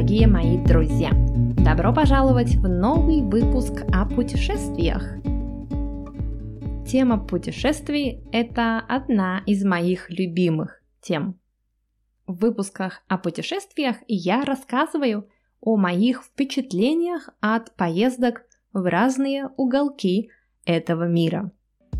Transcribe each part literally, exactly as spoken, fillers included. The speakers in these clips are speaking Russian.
дорогие мои друзья! Добро пожаловать в новый выпуск о путешествиях! Тема путешествий – это одна из моих любимых тем. В выпусках о путешествиях я рассказываю о моих впечатлениях от поездок в разные уголки этого мира.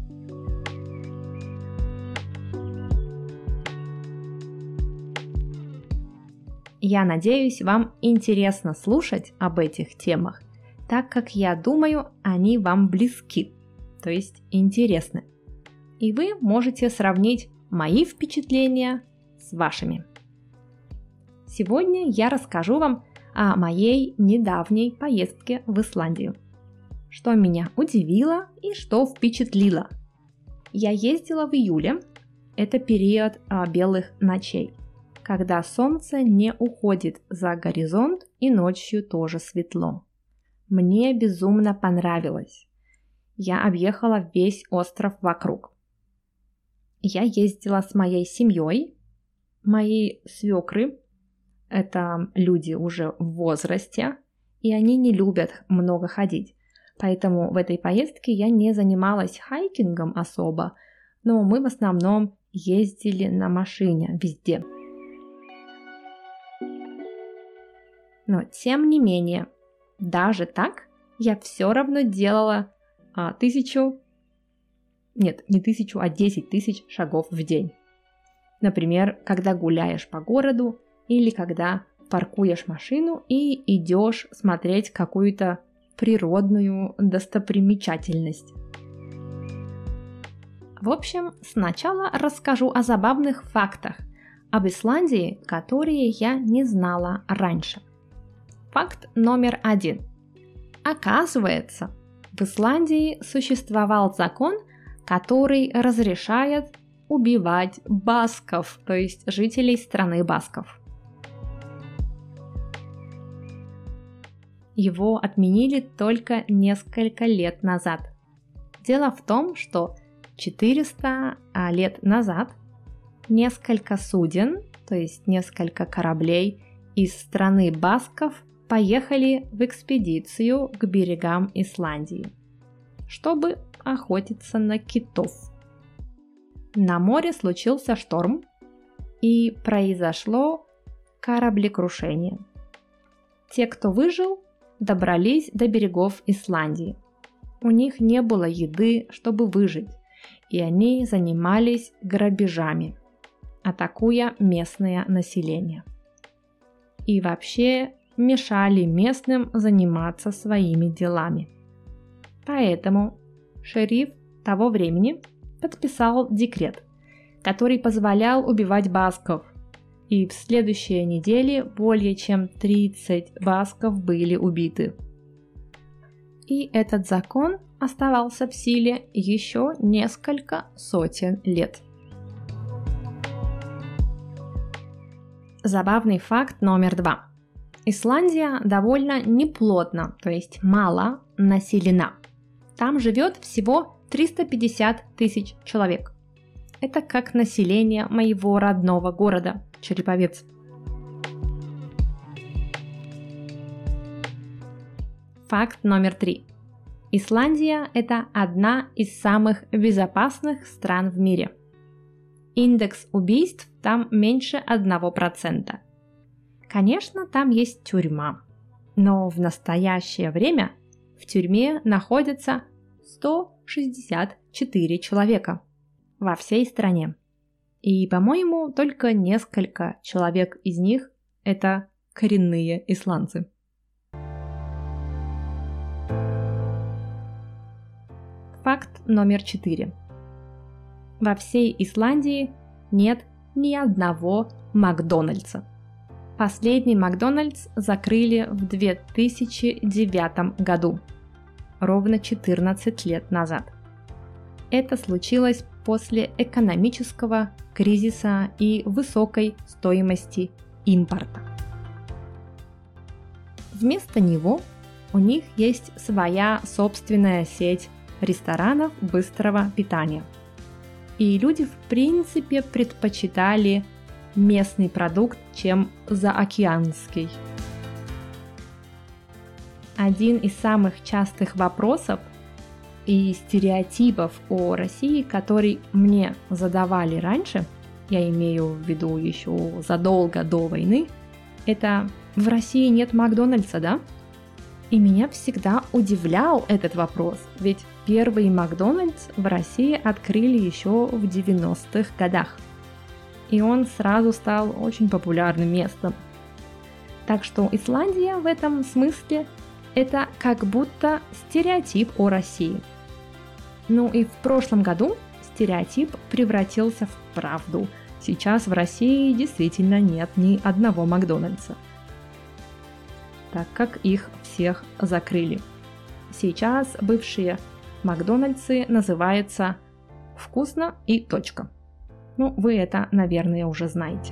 Я надеюсь, вам интересно слушать об этих темах, так как я думаю, они вам близки, то есть интересны. И вы можете сравнить мои впечатления с вашими. Сегодня я расскажу вам о моей недавней поездке в Исландию. Что меня удивило и что впечатлило. Я ездила в июле, это период а, белых ночей, когда солнце не уходит за горизонт и ночью тоже светло. Мне безумно понравилось. Я объехала весь остров вокруг. Я ездила с моей семьей, мои свекры, это люди уже в возрасте, и они не любят много ходить. Поэтому в этой поездке я не занималась хайкингом особо, но мы в основном ездили на машине везде. Но тем не менее, даже так я все равно делала а, тысячу, нет, не тысячу, а десять тысяч шагов в день. Например, когда гуляешь по городу или когда паркуешь машину и идешь смотреть какую-то природную достопримечательность. В общем, сначала расскажу о забавных фактах об Исландии, которые я не знала раньше. Факт номер один. Оказывается, в Исландии существовал закон, который разрешает убивать басков, то есть жителей страны басков. Его отменили только несколько лет назад. Дело в том, что четыреста лет назад несколько суден, то есть несколько кораблей из страны басков, поехали в экспедицию к берегам Исландии, чтобы охотиться на китов. На море случился шторм, и произошло кораблекрушение. Те, кто выжил, добрались до берегов Исландии. У них не было еды, чтобы выжить, и они занимались грабежами, атакуя местное население. И вообще мешали местным заниматься своими делами. Поэтому шериф того времени подписал декрет, который позволял убивать басков, и в следующие недели более чем тридцать басков были убиты. И этот закон оставался в силе еще несколько сотен лет. Забавный факт номер два. Исландия довольно неплотно, то есть мало населена. Там живет всего триста пятьдесят тысяч человек. Это как население моего родного города Череповец. Факт номер три. Исландия – это одна из самых безопасных стран в мире. Индекс убийств там меньше одного процента. Конечно, там есть тюрьма, но в настоящее время в тюрьме находятся сто шестьдесят четыре человека во всей стране. И, по-моему, только несколько человек из них – это коренные исландцы. Факт номер четыре. Во всей Исландии нет ни одного Макдональдса. Последний Макдональдс закрыли в две тысячи девятом году, ровно четырнадцать лет назад. Это случилось после экономического кризиса и высокой стоимости импорта. Вместо него у них есть своя собственная сеть ресторанов быстрого питания. И люди в принципе предпочитали местный продукт, чем заокеанский. один из самых частых вопросов и стереотипов о России, который мне задавали раньше, я имею в виду еще задолго до войны, это в России нет Макдональдса, да? И меня всегда удивлял этот вопрос, ведь первый Макдональдс в России открыли еще в девяностых годах. И он сразу стал очень популярным местом. Так что Исландия в этом смысле это как будто стереотип о России. Ну и в прошлом году стереотип превратился в правду. Сейчас в России действительно нет ни одного Макдональдса, так как их всех закрыли. Сейчас бывшие Макдональдсы называются «Вкусно» и «Точка». Ну, вы это, наверное, уже знаете.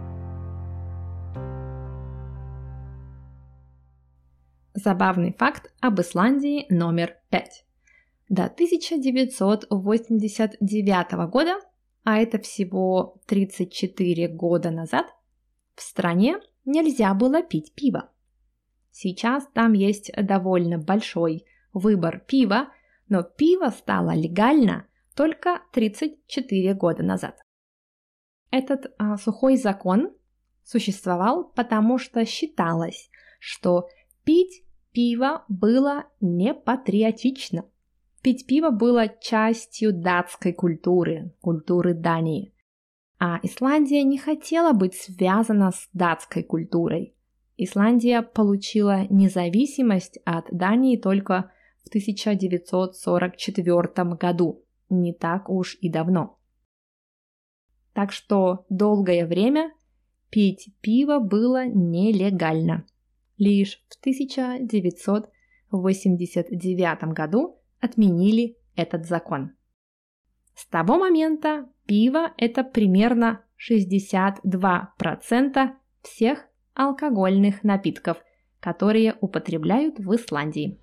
Забавный факт об Исландии номер пять. До тысяча девятьсот восемьдесят девятого года, а это всего тридцать четыре года назад, в стране нельзя было пить пиво. Сейчас там есть довольно большой выбор пива, но пиво стало легально только тридцать четыре года назад. Этот а, сухой закон существовал, потому что считалось, что пить пиво было непатриотично. Пить пиво было частью датской культуры, культуры Дании. А Исландия не хотела быть связана с датской культурой. Исландия получила независимость от Дании только в тысяча девятьсот сорок четвёртом году, не так уж и давно. Так что долгое время пить пиво было нелегально. Лишь в тысяча девятьсот восемьдесят девятом году отменили этот закон. С того момента пиво – это примерно шестьдесят два процента всех алкогольных напитков, которые употребляют в Исландии.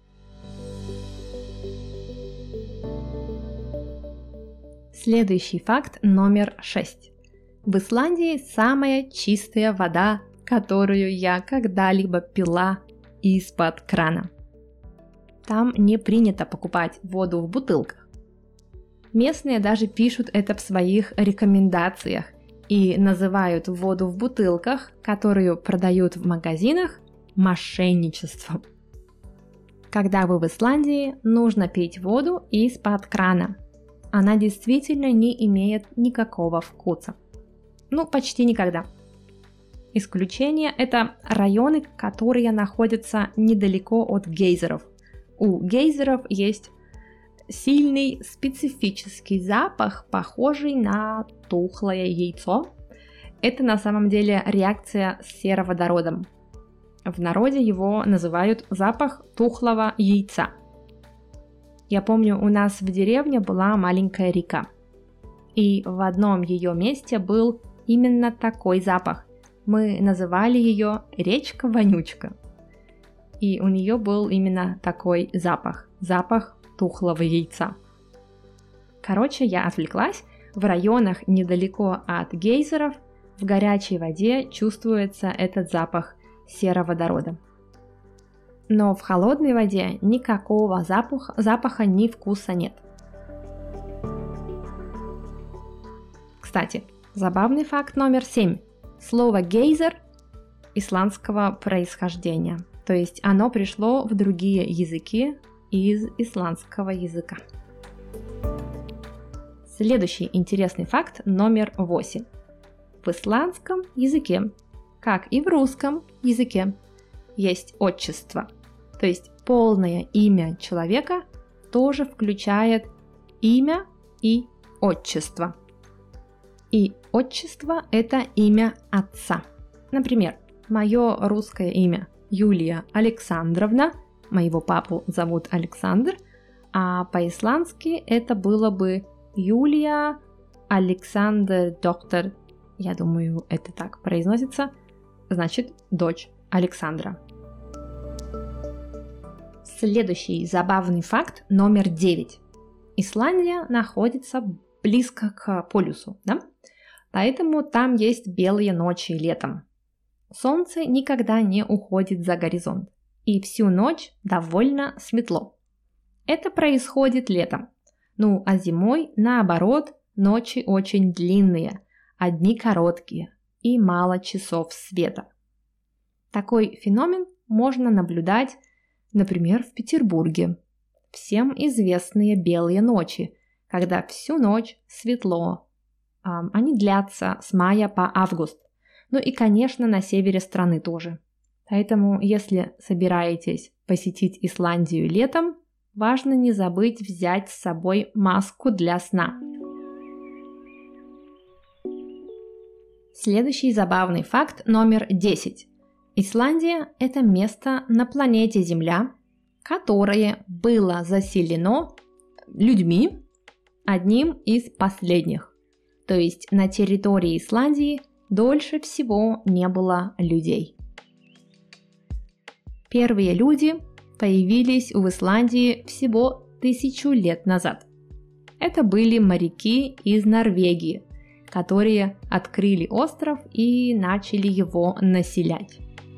Следующий факт номер шесть. В Исландии самая чистая вода, которую я когда-либо пила из-под крана. Там не принято покупать воду в бутылках. Местные даже пишут это в своих рекомендациях и называют воду в бутылках, которую продают в магазинах, мошенничеством. Когда вы в Исландии, нужно пить воду из-под крана. Она действительно не имеет никакого вкуса. Ну, почти никогда. Исключение – это районы, которые находятся недалеко от гейзеров. У гейзеров есть сильный специфический запах, похожий на тухлое яйцо. Это на самом деле реакция с сероводородом. В народе его называют запах тухлого яйца. Я помню, у нас в деревне была маленькая река. И в одном ее месте был именно такой запах. Мы называли ее речка-вонючка. И у нее был именно такой запах. Запах тухлого яйца. Короче, я отвлеклась. В районах недалеко от гейзеров в горячей воде чувствуется этот запах сероводорода. Но в холодной воде никакого запаха, запаха ни вкуса нет. Кстати, забавный факт номер семь. Слово «гейзер» исландского происхождения. То есть оно пришло в другие языки из исландского языка. Следующий интересный факт номер восемь. В исландском языке, как и в русском языке, есть отчество. То есть полное имя человека тоже включает имя и отчество. И отчество – это имя отца. Например, мое русское имя Юлия Александровна, моего папу зовут Александр, а по-исландски это было бы Юлия Александр доктор, я думаю, это так произносится, значит, дочь Александра. Следующий забавный факт номер девять. Исландия находится близко к полюсу, да? Поэтому там есть белые ночи летом. Солнце никогда не уходит за горизонт. и всю ночь довольно светло. Это происходит летом. Ну а зимой, наоборот, ночи очень длинные, а дни короткие и мало часов света. Такой феномен можно наблюдать, например, в Петербурге. Всем известные белые ночи, когда всю ночь светло. Они длятся с мая по август. Ну и, конечно, на севере страны тоже. Поэтому, если собираетесь посетить Исландию летом, важно не забыть взять с собой маску для сна. Следующий забавный факт номер десять. Исландия – это место на планете Земля, которое было заселено людьми, одним из последних. То есть на территории Исландии дольше всего не было людей. Первые люди появились в Исландии всего тысячу лет назад. Это были моряки из Норвегии, которые открыли остров и начали его населять.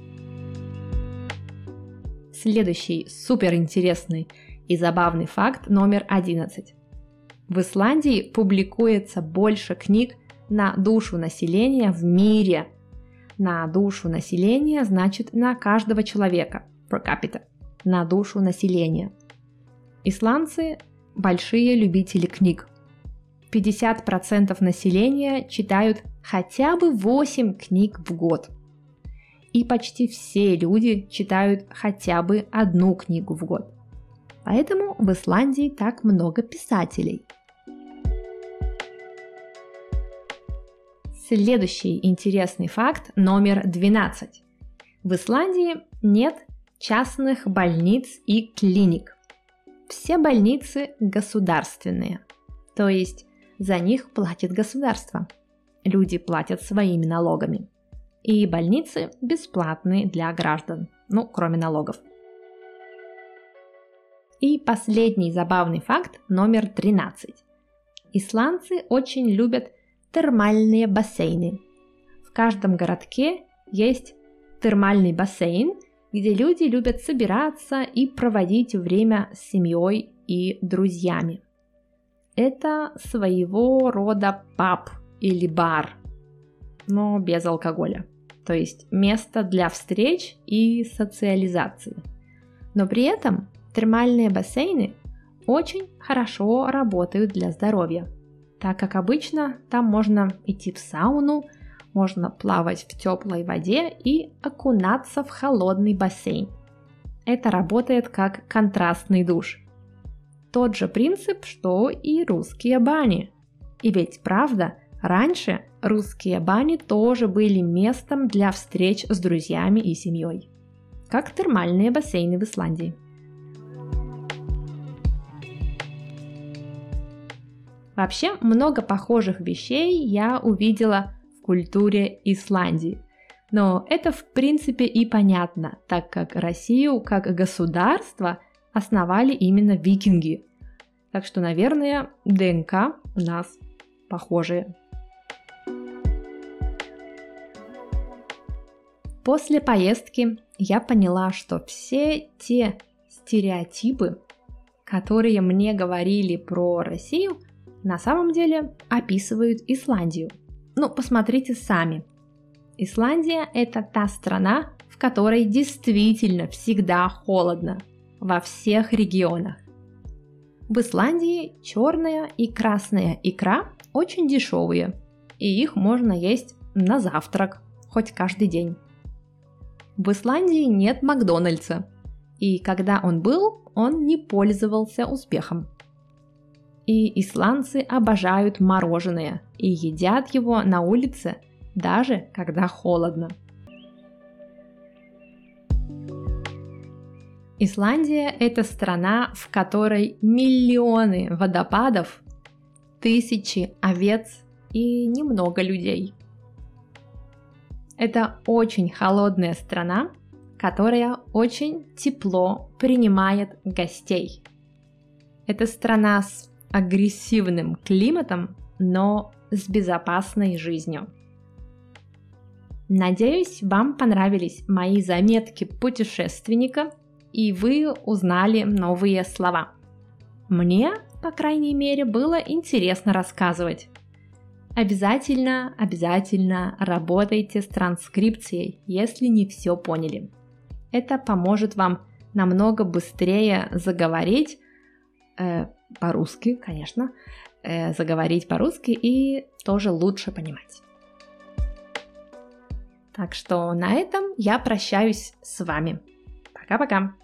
Следующий суперинтересный и забавный факт номер одиннадцать. В Исландии публикуется больше книг на душу населения в мире. На душу населения значит на каждого человека, per capita, на душу населения. Исландцы – большие любители книг. пятьдесят процентов населения читают хотя бы восемь книг в год. И почти все люди читают хотя бы одну книгу в год. Поэтому в Исландии так много писателей. Следующий интересный факт номер двенадцать. В Исландии нет частных больниц и клиник. Все больницы государственные, то есть за них платит государство. Люди платят своими налогами. И больницы бесплатные для граждан, ну, кроме налогов. И последний забавный факт номер тринадцать. Исландцы очень любят термальные бассейны. В каждом городке есть термальный бассейн, где люди любят собираться и проводить время с семьей и друзьями. Это своего рода паб или бар, но без алкоголя. То есть место для встреч и социализации. Но при этом термальные бассейны очень хорошо работают для здоровья, так как обычно там можно идти в сауну, можно плавать в теплой воде и окунаться в холодный бассейн. Это работает как контрастный душ. Тот же принцип, что и русские бани. И ведь правда, раньше русские бани тоже были местом для встреч с друзьями и семьей, как термальные бассейны в Исландии. Вообще, много похожих вещей я увидела в культуре Исландии. Но это в принципе и понятно, так как Россию как государство основали именно викинги. Так что, наверное, ДНК у нас похожие. После поездки я поняла, что все те стереотипы, которые мне говорили про Россию, на самом деле описывают Исландию. Ну, посмотрите сами. Исландия – это та страна, в которой действительно всегда холодно, во всех регионах. В Исландии черная и красная икра очень дешевые, и их можно есть на завтрак, хоть каждый день. В Исландии нет Макдональдса, и когда он был, он не пользовался успехом. И исландцы обожают мороженое и едят его на улице, даже когда холодно. Исландия – это страна, в которой миллионы водопадов, тысячи овец и немного людей. Это очень холодная страна, которая очень тепло принимает гостей. Это страна с агрессивным климатом, но с безопасной жизнью. Надеюсь, вам понравились мои заметки путешественника, и вы узнали новые слова. Мне, по крайней мере, было интересно рассказывать. Обязательно, обязательно работайте с транскрипцией, если не все поняли. Это поможет вам намного быстрее заговорить э, по-русски, конечно, э, заговорить по-русски и тоже лучше понимать. Так что на этом я прощаюсь с вами. Пока-пока!